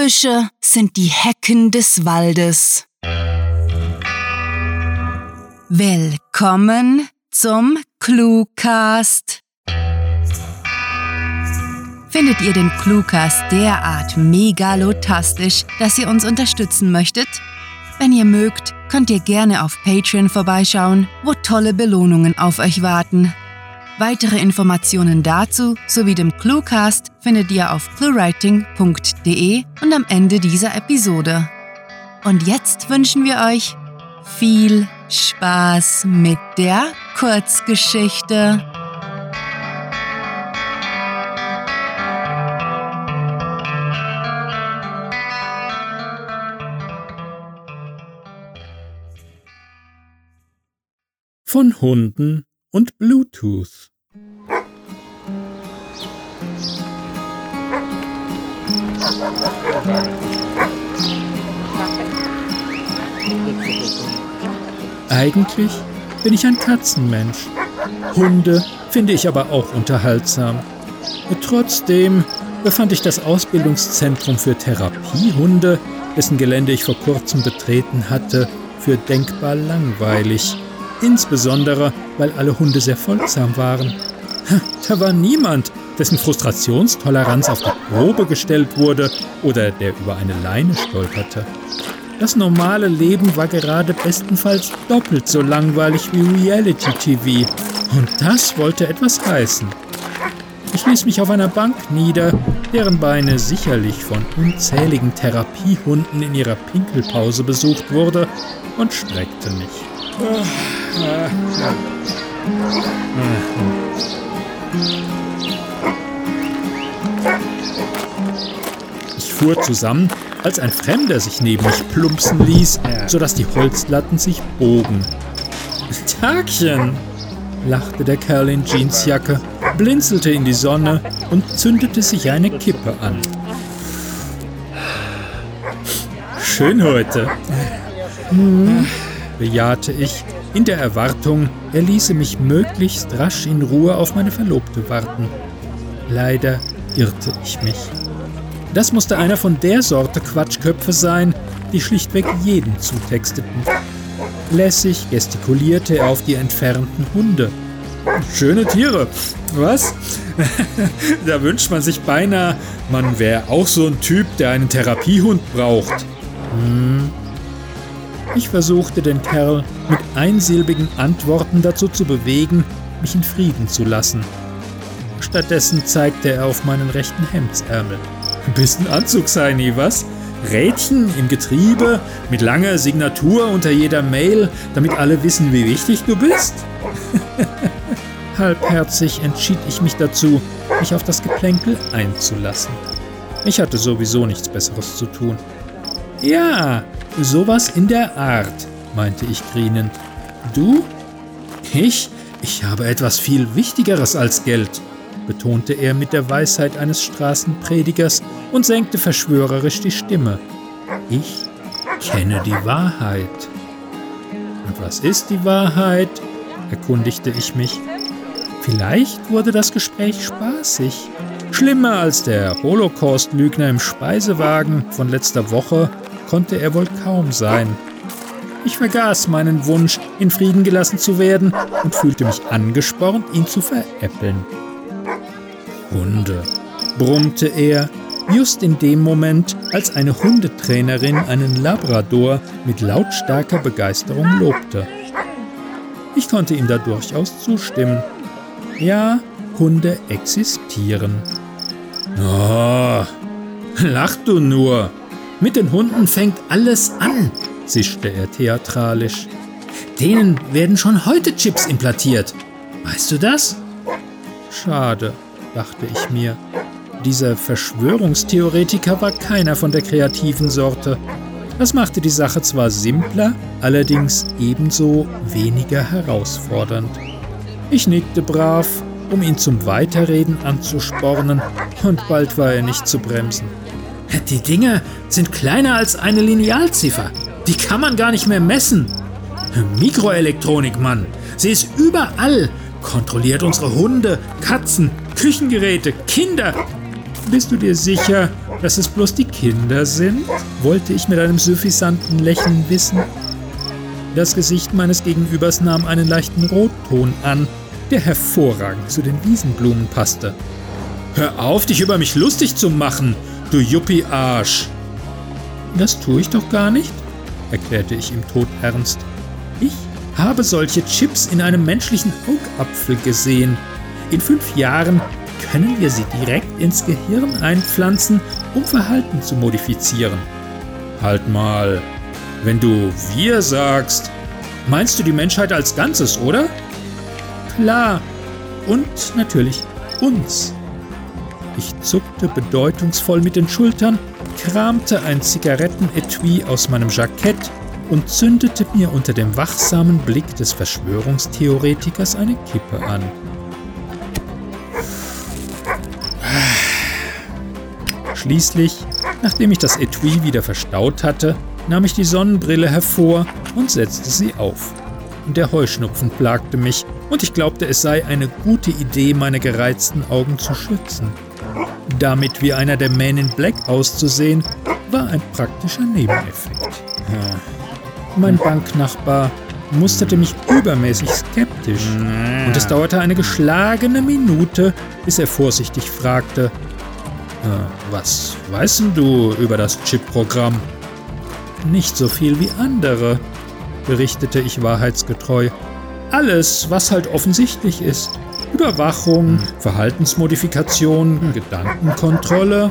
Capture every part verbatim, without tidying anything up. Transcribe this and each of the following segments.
Büsche sind die Hecken des Waldes. Willkommen zum Cluecast. Findet ihr den Cluecast derart megalotastisch, dass ihr uns unterstützen möchtet? Wenn ihr mögt, könnt ihr gerne auf Patreon vorbeischauen, wo tolle Belohnungen auf euch warten. Weitere Informationen dazu sowie dem Cluecast findet ihr auf cluewriting punkt de und am Ende dieser Episode. Und jetzt wünschen wir euch viel Spaß mit der Kurzgeschichte. Von Hunden und Bluetooth. Eigentlich bin ich ein Katzenmensch. Hunde finde ich aber auch unterhaltsam. Trotzdem befand ich das Ausbildungszentrum für Therapiehunde, dessen Gelände ich vor kurzem betreten hatte, für denkbar langweilig. Insbesondere, weil alle Hunde sehr folgsam waren. Da war niemand, dessen Frustrationstoleranz auf die Probe gestellt wurde oder der über eine Leine stolperte. Das normale Leben war gerade bestenfalls doppelt so langweilig wie Reality-T V. Und das wollte etwas heißen. Ich ließ mich auf einer Bank nieder, deren Beine sicherlich von unzähligen Therapiehunden in ihrer Pinkelpause besucht wurde, und streckte mich. Ich fuhr zusammen, als ein Fremder sich neben mich plumpsen ließ, sodass die Holzlatten sich bogen. »Tagchen«, lachte der Kerl in Jeansjacke, blinzelte in die Sonne und zündete sich eine Kippe an. »Schön heute«, hm, bejahte ich, in der Erwartung, er ließe mich möglichst rasch in Ruhe auf meine Verlobte warten. Leider irrte ich mich. Das musste einer von der Sorte Quatschköpfe sein, die schlichtweg jeden zutexteten. Lässig gestikulierte er auf die entfernten Hunde. »Schöne Tiere, was? Da wünscht man sich beinahe, man wäre auch so ein Typ, der einen Therapiehund braucht.« Hm. Ich versuchte, den Kerl mit einsilbigen Antworten dazu zu bewegen, mich in Frieden zu lassen. Stattdessen zeigte er auf meinen rechten Hemdsärmel. »Bist ein Anzugsheini, was? Rädchen im Getriebe, mit langer Signatur unter jeder Mail, damit alle wissen, wie wichtig du bist?« Halbherzig entschied ich mich dazu, mich auf das Geplänkel einzulassen. Ich hatte sowieso nichts Besseres zu tun. »Ja, sowas in der Art«, meinte ich grinend. »Du?« »Ich? Ich habe etwas viel Wichtigeres als Geld«, betonte er mit der Weisheit eines Straßenpredigers und senkte verschwörerisch die Stimme. »Ich kenne die Wahrheit.« »Und was ist die Wahrheit?«, erkundigte ich mich. Vielleicht wurde das Gespräch spaßig. Schlimmer als der Holocaust-Lügner im Speisewagen von letzter Woche konnte er wohl kaum sein. Ich vergaß meinen Wunsch, in Frieden gelassen zu werden und fühlte mich angespornt, ihn zu veräppeln. »Hunde«, brummte er, just in dem Moment, als eine Hundetrainerin einen Labrador mit lautstarker Begeisterung lobte. Ich konnte ihm da durchaus zustimmen. Ja, Hunde existieren. »Oh, lach du nur! Mit den Hunden fängt alles an«, zischte er theatralisch. »Denen werden schon heute Chips implantiert. Weißt du das?« Schade, dachte ich mir. Dieser Verschwörungstheoretiker war keiner von der kreativen Sorte. Das machte die Sache zwar simpler, allerdings ebenso weniger herausfordernd. Ich nickte brav, um ihn zum Weiterreden anzuspornen, und bald war er nicht zu bremsen. »Die Dinger sind kleiner als eine Linealziffer. Die kann man gar nicht mehr messen. Mikroelektronik, Mann. Sie ist überall. Kontrolliert unsere Hunde, Katzen, Küchengeräte, Kinder. Bist du dir sicher, dass es bloß die Kinder sind? Wollte ich mit einem suffisanten Lächeln wissen. Das Gesicht meines Gegenübers nahm einen leichten Rotton an, der hervorragend zu den Wiesenblumen passte. Hör auf, dich über mich lustig zu machen, du Yuppie-Arsch! Das tue ich doch gar nicht, erklärte ich ihm todernst. Ich habe solche Chips in einem menschlichen Augapfel gesehen. In fünf Jahren können wir sie direkt ins Gehirn einpflanzen, um Verhalten zu modifizieren. Halt mal, wenn du wir sagst, meinst du die Menschheit als Ganzes, oder? Klar, und natürlich uns. Ich zuckte bedeutungsvoll mit den Schultern, kramte ein Zigarettenetui aus meinem Jackett und zündete mir unter dem wachsamen Blick des Verschwörungstheoretikers eine Kippe an. Schließlich, nachdem ich das Etui wieder verstaut hatte, nahm ich die Sonnenbrille hervor und setzte sie auf. Der Heuschnupfen plagte mich und ich glaubte, es sei eine gute Idee, meine gereizten Augen zu schützen. Damit wie einer der Men in Black auszusehen, war ein praktischer Nebeneffekt. Mein Banknachbar musterte mich übermäßig skeptisch und es dauerte eine geschlagene Minute, bis er vorsichtig fragte: Was weißt denn du über das Chip-Programm? Nicht so viel wie andere, berichtete ich wahrheitsgetreu. Alles, was halt offensichtlich ist. Überwachung, Verhaltensmodifikation, Gedankenkontrolle.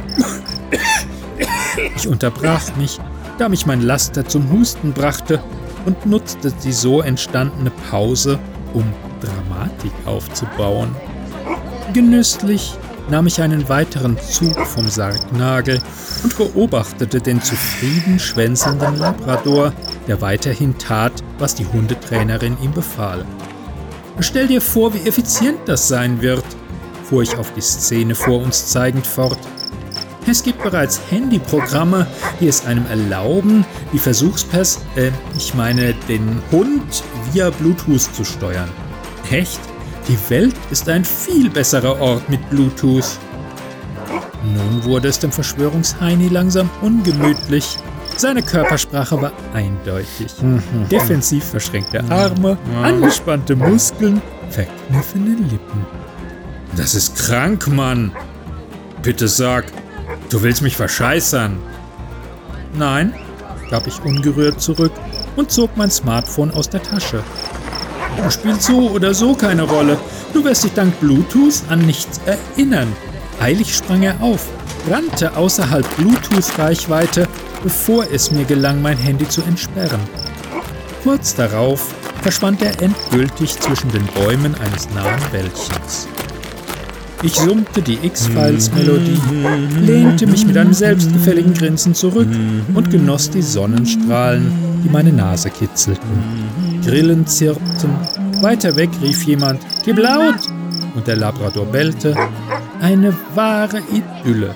Ich unterbrach mich, da mich mein Laster zum Husten brachte und nutzte die so entstandene Pause, um Dramatik aufzubauen. Genüsslich nahm ich einen weiteren Zug vom Sargnagel und beobachtete den zufrieden schwänzelnden Labrador, der weiterhin tat, was die Hundetrainerin ihm befahl. »Stell dir vor, wie effizient das sein wird«, fuhr ich auf die Szene vor uns zeigend fort. »Es gibt bereits Handyprogramme, die es einem erlauben, die Versuchspers... Äh, ich meine, den Hund via Bluetooth zu steuern. Echt? Die Welt ist ein viel besserer Ort mit Bluetooth.« Nun wurde es dem Verschwörungsheini langsam ungemütlich. Seine Körpersprache war eindeutig. Defensiv verschränkte Arme, angespannte Muskeln, verkniffene Lippen. »Das ist krank, Mann! Bitte sag, du willst mich verscheißern!« »Nein«, gab ich ungerührt zurück und zog mein Smartphone aus der Tasche. »Spielt so oder so keine Rolle. Du wirst dich dank Bluetooth an nichts erinnern.« Eilig sprang er auf, rannte außerhalb Bluetooth-Reichweite, bevor es mir gelang, mein Handy zu entsperren. Kurz darauf verschwand er endgültig zwischen den Bäumen eines nahen Wäldchens. Ich summte die X-Files-Melodie, lehnte mich mit einem selbstgefälligen Grinsen zurück und genoss die Sonnenstrahlen, die meine Nase kitzelten. Grillen zirpten, weiter weg rief jemand »Gib laut!« und der Labrador bellte. Eine wahre Idylle.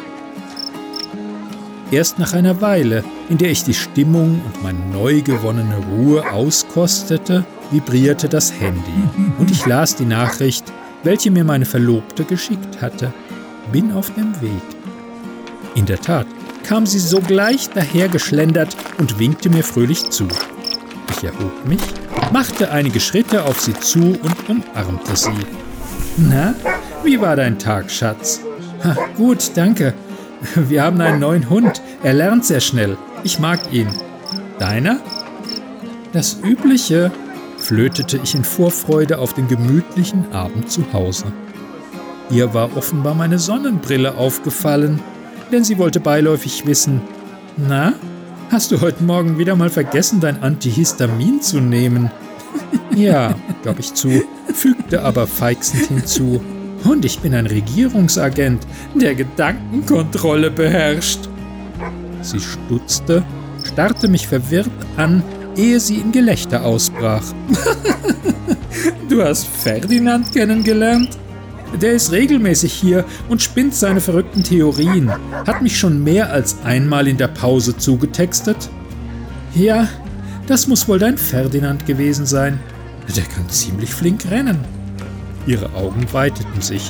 Erst nach einer Weile, in der ich die Stimmung und meine neu gewonnene Ruhe auskostete, vibrierte das Handy und ich las die Nachricht, welche mir meine Verlobte geschickt hatte. Bin auf dem Weg. In der Tat kam sie sogleich dahergeschlendert und winkte mir fröhlich zu. Ich erhob mich, machte einige Schritte auf sie zu und umarmte sie. »Na, wie war dein Tag, Schatz?« Ha, »Gut, danke. Wir haben einen neuen Hund. Er lernt sehr schnell. Ich mag ihn.« »Deiner?« »Das Übliche«, flötete ich in Vorfreude auf den gemütlichen Abend zu Hause. Ihr war offenbar meine Sonnenbrille aufgefallen, denn sie wollte beiläufig wissen: »Na, hast du heute Morgen wieder mal vergessen, dein Antihistamin zu nehmen?« »Ja«, gab ich zu, fügte aber feixend hinzu: »Und ich bin ein Regierungsagent, der Gedankenkontrolle beherrscht.« Sie stutzte, starrte mich verwirrt an, ehe sie in Gelächter ausbrach. »Du hast Ferdinand kennengelernt? Der ist regelmäßig hier und spinnt seine verrückten Theorien. Hat mich schon mehr als einmal in der Pause zugetextet.« »Ja, das muss wohl dein Ferdinand gewesen sein. Der kann ziemlich flink rennen.« Ihre Augen weiteten sich.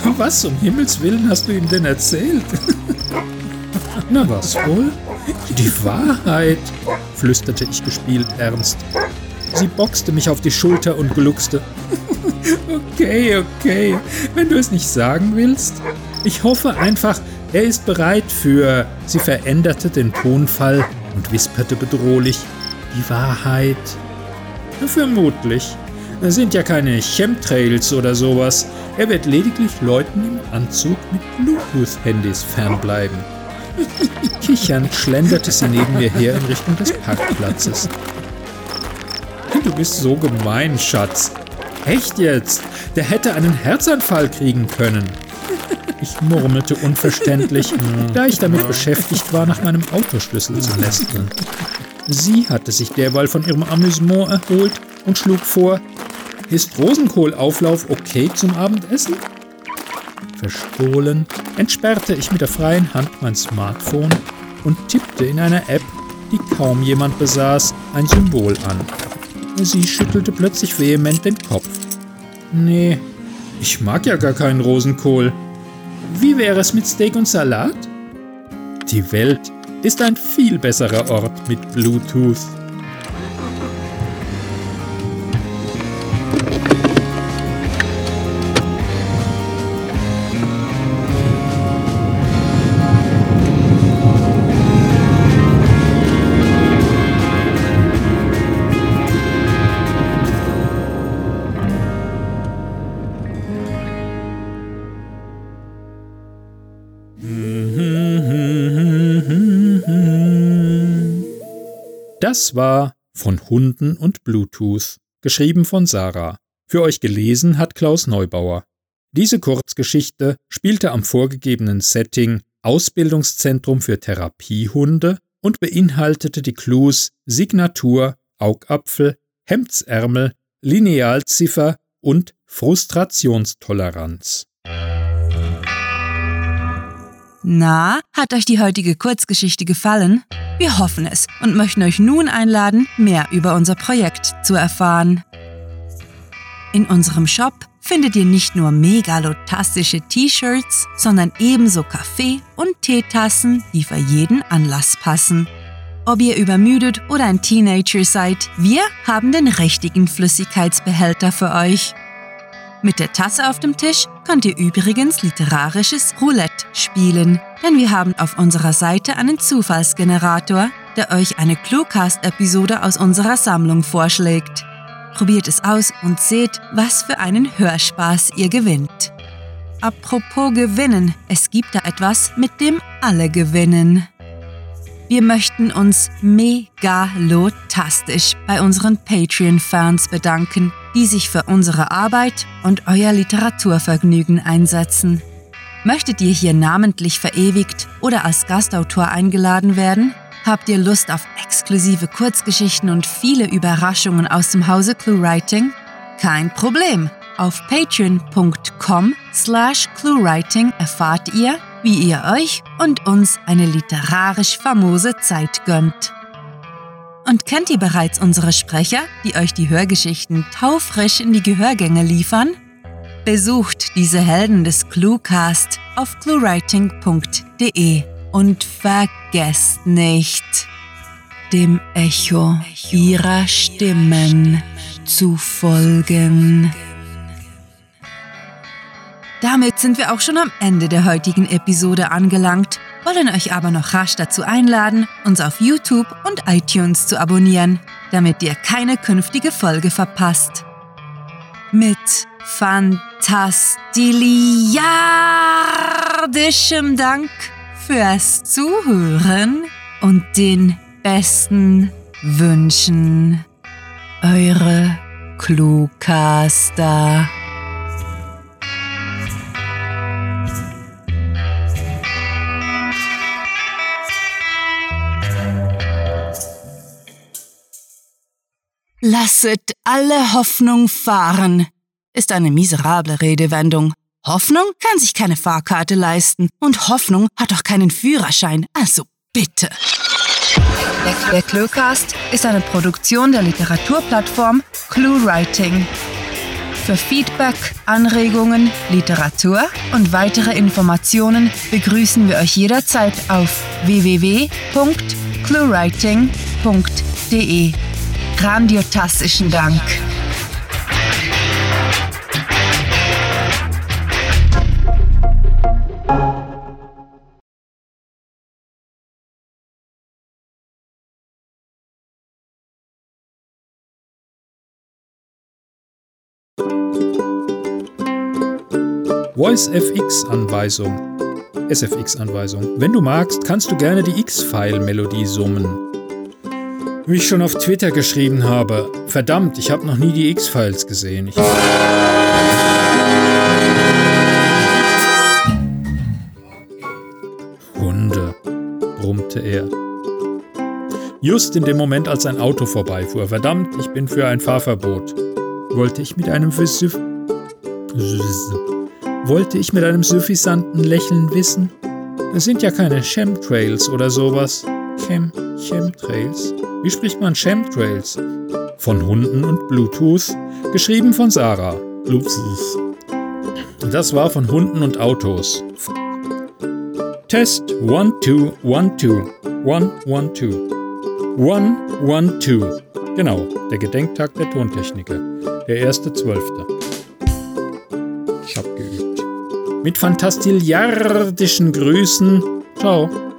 Was um Himmels Willen hast du ihm denn erzählt? Na was wohl? Die Wahrheit, flüsterte ich gespielt ernst. Sie boxte mich auf die Schulter und gluckste. Okay, okay, wenn du es nicht sagen willst. Ich hoffe einfach, er ist bereit für... Sie veränderte den Tonfall und wisperte bedrohlich. Die Wahrheit. Vermutlich. Es sind ja keine Chemtrails oder sowas. Er wird lediglich Leuten im Anzug mit Bluetooth-Handys fernbleiben. Kichernd schlenderte sie neben mir her in Richtung des Parkplatzes. Du bist so gemein, Schatz. Echt jetzt? Der hätte einen Herzanfall kriegen können. Ich murmelte unverständlich, da ich damit beschäftigt war, nach meinem Autoschlüssel zu nesteln. Sie hatte sich derweil von ihrem Amüsement erholt und schlug vor, ist Rosenkohlauflauf okay zum Abendessen? Verstohlen entsperrte ich mit der freien Hand mein Smartphone und tippte in einer App, die kaum jemand besaß, ein Symbol an. Sie schüttelte plötzlich vehement den Kopf. Nee, ich mag ja gar keinen Rosenkohl. Wie wäre es mit Steak und Salat? Die Welt ist ein viel besserer Ort mit Bluetooth. Das war Von Hunden und Bluetooth, geschrieben von Sarah. Für euch gelesen hat Klaus Neubauer. Diese Kurzgeschichte spielte am vorgegebenen Setting Ausbildungszentrum für Therapiehunde und beinhaltete die Clues Signatur, Augapfel, Hemdsärmel, Linealziffer und Frustrationstoleranz. Na, hat euch die heutige Kurzgeschichte gefallen? Wir hoffen es und möchten euch nun einladen, mehr über unser Projekt zu erfahren. In unserem Shop findet ihr nicht nur megalotastische T-Shirts, sondern ebenso Kaffee- und Teetassen, die für jeden Anlass passen. Ob ihr übermüdet oder ein Teenager seid, wir haben den richtigen Flüssigkeitsbehälter für euch. Mit der Tasse auf dem Tisch könnt ihr übrigens literarisches Roulette spielen, denn wir haben auf unserer Seite einen Zufallsgenerator, der euch eine Cluecast-Episode aus unserer Sammlung vorschlägt. Probiert es aus und seht, was für einen Hörspaß ihr gewinnt. Apropos gewinnen, es gibt da etwas, mit dem alle gewinnen. Wir möchten uns megalotastisch bei unseren Patreon-Fans bedanken, die sich für unsere Arbeit und euer Literaturvergnügen einsetzen. Möchtet ihr hier namentlich verewigt oder als Gastautor eingeladen werden? Habt ihr Lust auf exklusive Kurzgeschichten und viele Überraschungen aus dem Hause ClueWriting? Kein Problem! Auf patreon.com slash cluewriting erfahrt ihr, wie ihr euch und uns eine literarisch famose Zeit gönnt. Und kennt ihr bereits unsere Sprecher, die euch die Hörgeschichten taufrisch in die Gehörgänge liefern? Besucht diese Helden des Cluecast auf cluewriting punkt de und vergesst nicht, dem Echo ihrer Stimmen zu folgen. Damit sind wir auch schon am Ende der heutigen Episode angelangt, wollen euch aber noch rasch dazu einladen, uns auf YouTube und iTunes zu abonnieren, damit ihr keine künftige Folge verpasst. Mit fantastiliardischem Dank fürs Zuhören und den besten Wünschen. Eure Cluecaster. Lasset alle Hoffnung fahren, ist eine miserable Redewendung. Hoffnung kann sich keine Fahrkarte leisten und Hoffnung hat doch keinen Führerschein, also bitte. Der Cluecast ist eine Produktion der Literaturplattform ClueWriting. Für Feedback, Anregungen, Literatur und weitere Informationen begrüßen wir euch jederzeit auf w w w punkt cluewriting punkt d e. Grandiotastischen Dank! Voice-F X-Anweisung. S F X-Anweisung. Wenn du magst, kannst du gerne die X-File-Melodie summen. Wie ich schon auf Twitter geschrieben habe, verdammt, ich habe noch nie die X-Files gesehen. Ich Hunde, brummte er. Just in dem Moment, als ein Auto vorbeifuhr. Verdammt, ich bin für ein Fahrverbot. Wollte ich mit einem Versüff... Wollte ich mit einem suffisanten Lächeln wissen? Es sind ja keine Chemtrails oder sowas. Chem... Chemtrails? Wie spricht man Chemtrails? Von Hunden und Bluetooth, geschrieben von Sarah. Bluetooth. Das war von Hunden und Autos. Test one two one two one one two one one two. Genau, der Gedenktag der Tontechniker. Der erste Zwölfte. Ich hab geübt. Mit fantastilliardischen Grüßen. Ciao.